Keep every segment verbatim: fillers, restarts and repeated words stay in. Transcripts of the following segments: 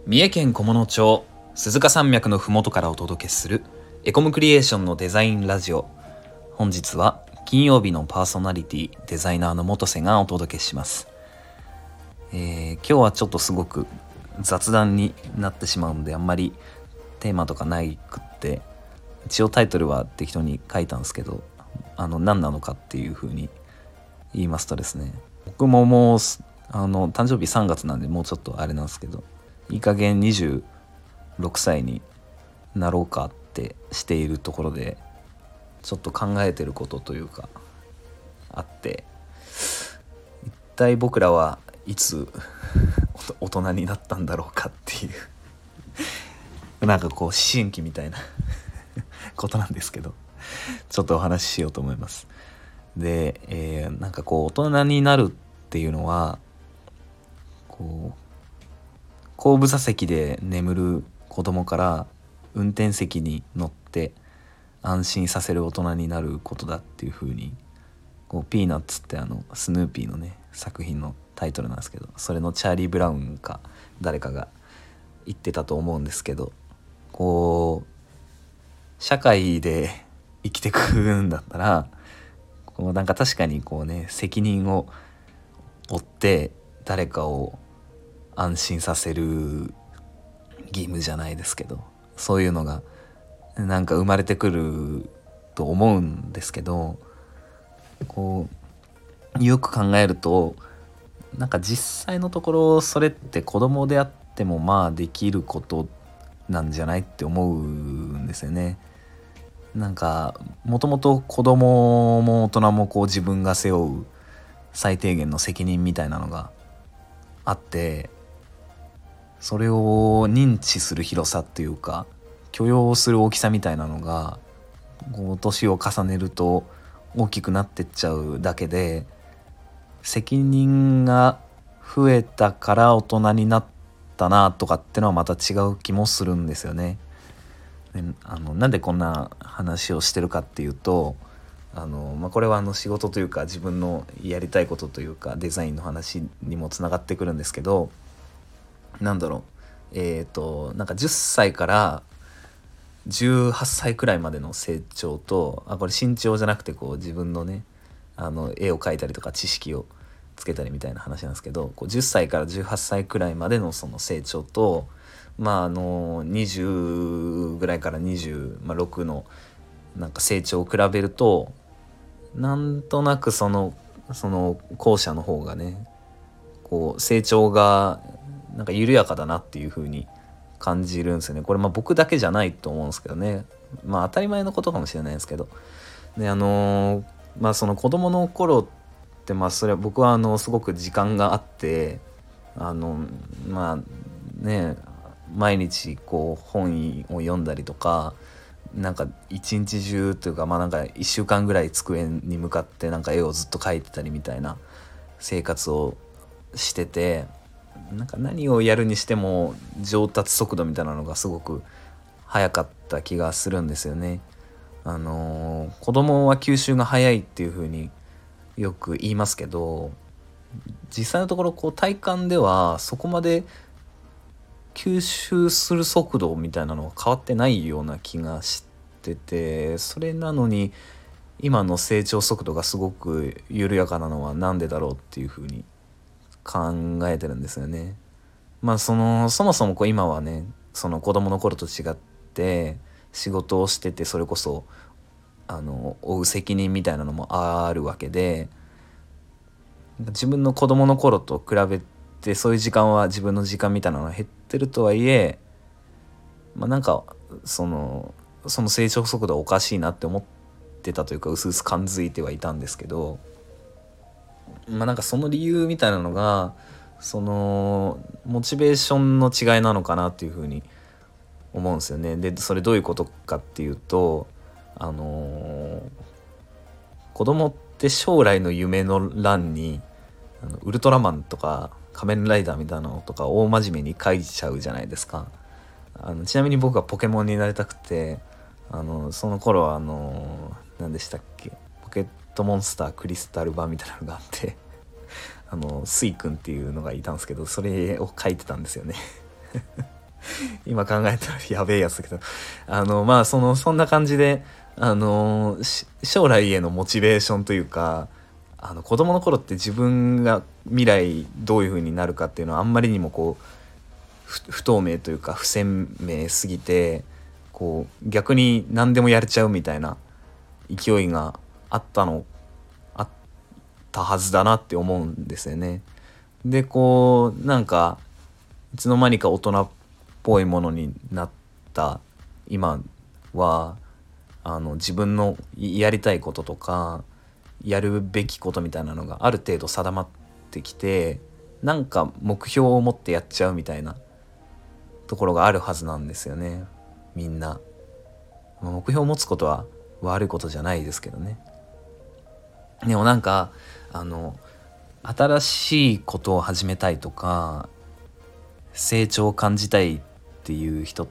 三重県菰野町鈴鹿山脈のふもとからお届けするエコムクリエーションのデザインラジオ。本日は金曜日のパーソナリティデザイナーの元瀬がお届けします。えー、今日はちょっとすごく雑談になってしまうのであんまりテーマとかないくって一応タイトルは適当に書いたんですけど、あの何なのかっていう風に言いますとですね、僕ももうあの誕生日さんがつなんでもうちょっとあれなんですけど、いい加減にじゅうろくさいになろうかってしているところでちょっと考えてることというかあって、一体僕らはいつ大人になったんだろうかっていうなんかこう思春期みたいなことなんですけど、ちょっとお話ししようと思います。で、えー、なんかこう大人になるっていうのはこう後部座席で眠る子供から運転席に乗って安心させる大人になることだっていう風にこうピーナッツってあのスヌーピーのね作品のタイトルなんですけど、それのチャーリー・ブラウンか誰かが言ってたと思うんですけど、こう社会で生きてくんだったらこうなんか確かにこうね責任を負って誰かを安心させる義務じゃないですけど、そういうのがなんか生まれてくると思うんですけど、こうよく考えるとなんか実際のところそれって子供であってもまあできることなんじゃないって思うんですよね。なんかもともと子供も大人もこう自分が背負う最低限の責任みたいなのがあって、それを認知する広さっていうか許容する大きさみたいなのがこう年を重ねると大きくなってっちゃうだけで、責任が増えたから大人になったなとかってのはまた違う気もするんですよね。であのなんでこんな話をしてるかっていうと、あの、まあ、これはあの仕事というか自分のやりたいことというかデザインの話にもつながってくるんですけど、なんだろうえっとなんかじゅっさいからじゅうはっさいくらいまでの成長と、あこれ身長じゃなくてこう自分のねあの絵を描いたりとか知識をつけたりみたいな話なんですけど、こうじゅっさいからじゅうはっさいくらいまでのその成長と、まああのにじゅうぐらいからにじゅうろくのなんか成長を比べるとなんとなくそのその後者の方がねこう成長がなんか緩やかだなっていう風に感じるんですよね。これまあ僕だけじゃないと思うんですけどね、まあ当たり前のことかもしれないですけど、であのー、まあその子供の頃ってまあそれは僕はあのすごく時間があってあのまあね毎日こう本を読んだりとかなんか一日中というかまあなんかいっしゅうかんぐらい机に向かってなんか絵をずっと描いてたりみたいな生活をしてて、なんか何をやるにしても上達速度みたいなのがすごく早かった気がするんですよね。あのー、子供は吸収が早いっていう風によく言いますけど、実際のところこう体感ではそこまで吸収する速度みたいなのは変わってないような気がしてて、それなのに今の成長速度がすごく緩やかなのはなんでだろうっていう風に考えてるんですよね。まあそのそもそもこう今はねその子供の頃と違って仕事をしててそれこそあの負う責任みたいなのもあるわけで、自分の子供の頃と比べてそういう時間は自分の時間みたいなのが減ってるとはいえ、まあなんかそのその成長速度はおかしいなって思ってたというかうすうす感づいてはいたんですけど、まあなんかその理由みたいなのがそのモチベーションの違いなのかなっていうふうに思うんですよね。でそれどういうことかっていうと、あのー、子供って将来の夢の欄にあのウルトラマンとか仮面ライダーみたいなのとか大真面目に書いちゃうじゃないですか。あのちなみに僕はポケモンになりたくて、あのその頃はあの何でしたっけポケットモンスタークリスタル版みたいなのがあってあのスイくんっていうのがいたんですけど、それを書いてたんですよね今考えたらやべえやつだけど、あのまあそのそんな感じで、あの将来へのモチベーションというか、あの子供の頃って自分が未来どういう風になるかっていうのはあんまりにもこう不透明というか不鮮明すぎて、こう逆に何でもやれちゃうみたいな勢いがあったのあったはずだなって思うんですよね。でこうなんかいつの間にか大人っぽいものになった今は、あの自分のやりたいこととかやるべきことみたいなのがある程度定まってきて、なんか目標を持ってやっちゃうみたいなところがあるはずなんですよね、みんな。目標を持つことは悪いことじゃないですけどね。でもなんかあの新しいことを始めたいとか成長を感じたいっていう人って、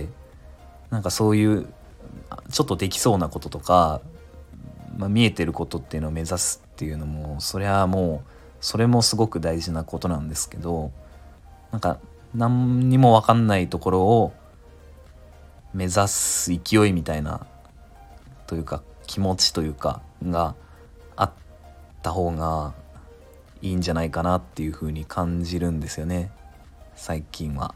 なんかそういうちょっとできそうなこととか、まあ、見えてることっていうのを目指すっていうのも、それはもうそれもすごく大事なことなんですけど、なんか何にも分かんないところを目指す勢いみたいなというか気持ちというかがあった方がいいんじゃないかなっていう風に感じるんですよね、最近は。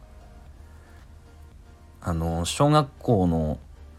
あの小学校の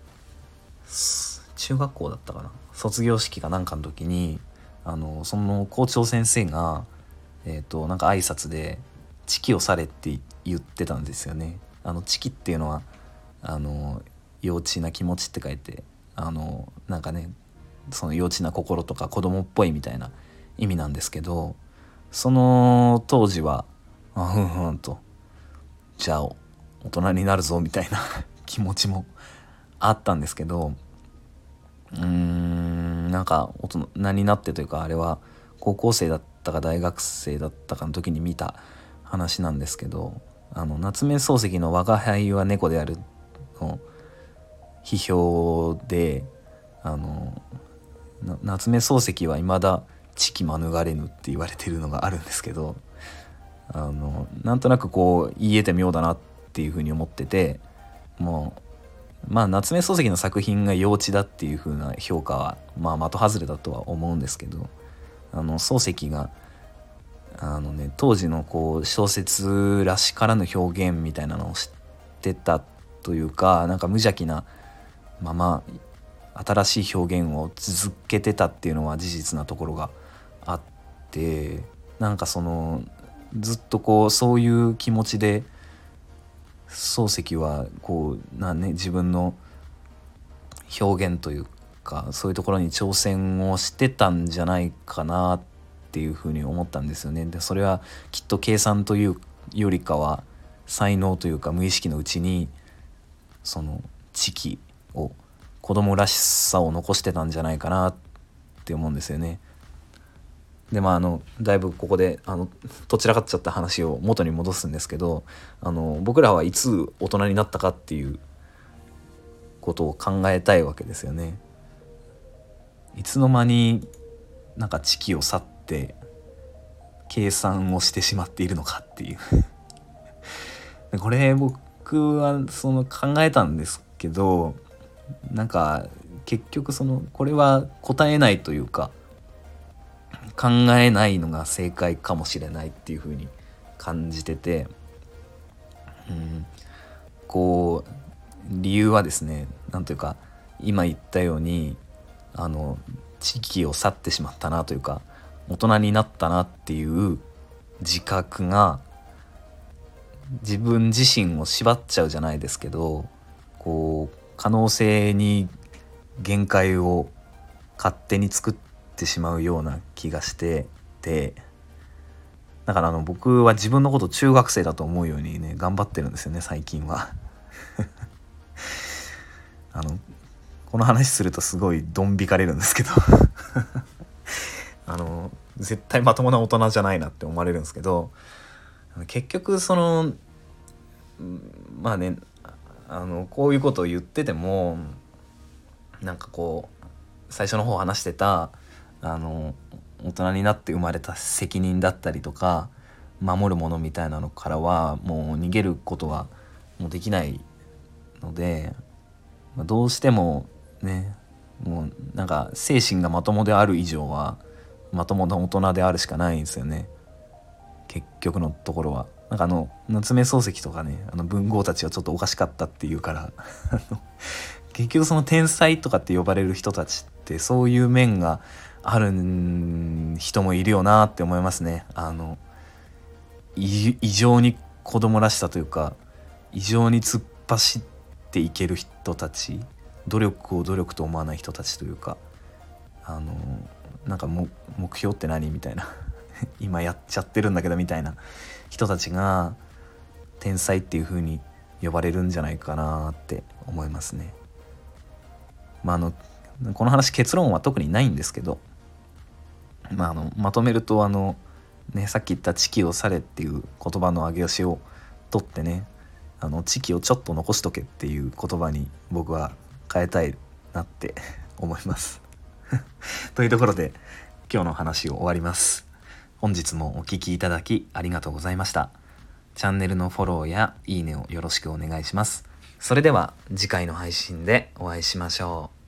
中学校だったかな、卒業式かなんかの時に、あのその校長先生がえっとなんか挨拶でチキをされって言ってたんですよね。あのチキっていうのはあの幼稚な気持ちって書いて、あのなんかね、その幼稚な心とか子供っぽいみたいな意味なんですけど、その当時はあふんふんと、じゃあ大人になるぞみたいな気持ちもあったんですけど、うーんなんか大人になってというか、あれは高校生だったか大学生だったかの時に見た話なんですけど、あの夏目漱石の「我が輩は猫である」の批評で、あの夏目漱石は未だ知気免れぬって言われてるのがあるんですけど、あのなんとなくこう言えて妙だなっていうふうに思ってて、もうまあ夏目漱石の作品が幼稚だっていう風な評価はまあ的外れだとは思うんですけど、あの漱石があのね当時のこう小説らしからぬ表現みたいなのを知ってたというか、なんか無邪気なまま新しい表現を続けてたっていうのは事実なところがあって、なんかそのずっとこうそういう気持ちで漱石はこうな、ね、自分の表現というかそういうところに挑戦をしてたんじゃないかなっていうふうに思ったんですよね。でそれはきっと計算というよりかは才能というか無意識のうちにその知気を子供らしさを残してたんじゃないかなって思うんですよね。でまああのだいぶここであのどちらかっちゃった話を元に戻すんですけど、あの僕らはいつ大人になったかっていうことを考えたいわけですよね。いつの間になんか知気を去って計算をしてしまっているのかっていうこれ僕はその考えたんですけど、なんか結局そのこれは答えないというか考えないのが正解かもしれないっていう風に感じてて、うん、こう理由はですね、なんというか今言ったようにあの知識を去ってしまったなというか大人になったなっていう自覚が自分自身を縛っちゃうじゃないですけど、こう可能性に限界を勝手に作ってしまうような気がしてて、だからあの僕は自分のこと中学生だと思うようにね頑張ってるんですよね最近はあのこの話するとすごいドン引かれるんですけどあの絶対まともな大人じゃないなって思われるんですけど、結局そのまあねあのこういうことを言っててもなんかこう最初の方話してたあの大人になって生まれた責任だったりとか、 守るものみたいなのからはもう逃げることはもうできないので、まあ、どうしてもね、もうなんか精神がまともである以上はまともな大人であるしかないんですよね、結局のところは。なんかあの夏目漱石とかね、あの文豪たちはちょっとおかしかったっていうから結局その天才とかって呼ばれる人たちってそういう面がある人もいるよなって思いますね。あの異常に子供らしさというか、異常に突っ走っていける人たち、努力を努力と思わない人たちというか、あのなんかも目標って何みたいな今やっちゃってるんだけどみたいな人たちが天才っていう風に呼ばれるんじゃないかなって思いますね。まああのこの話結論は特にないんですけど、まあ、あのまとめるとあの、ね、さっき言った「知己を去れ」っていう言葉の上げ足を取ってね、あの知己をちょっと残しとけっていう言葉に僕は変えたいなって思いますというところで今日の話を終わります。本日もお聞きいただきありがとうございました。チャンネルのフォローやいいねをよろしくお願いします。それでは次回の配信でお会いしましょう。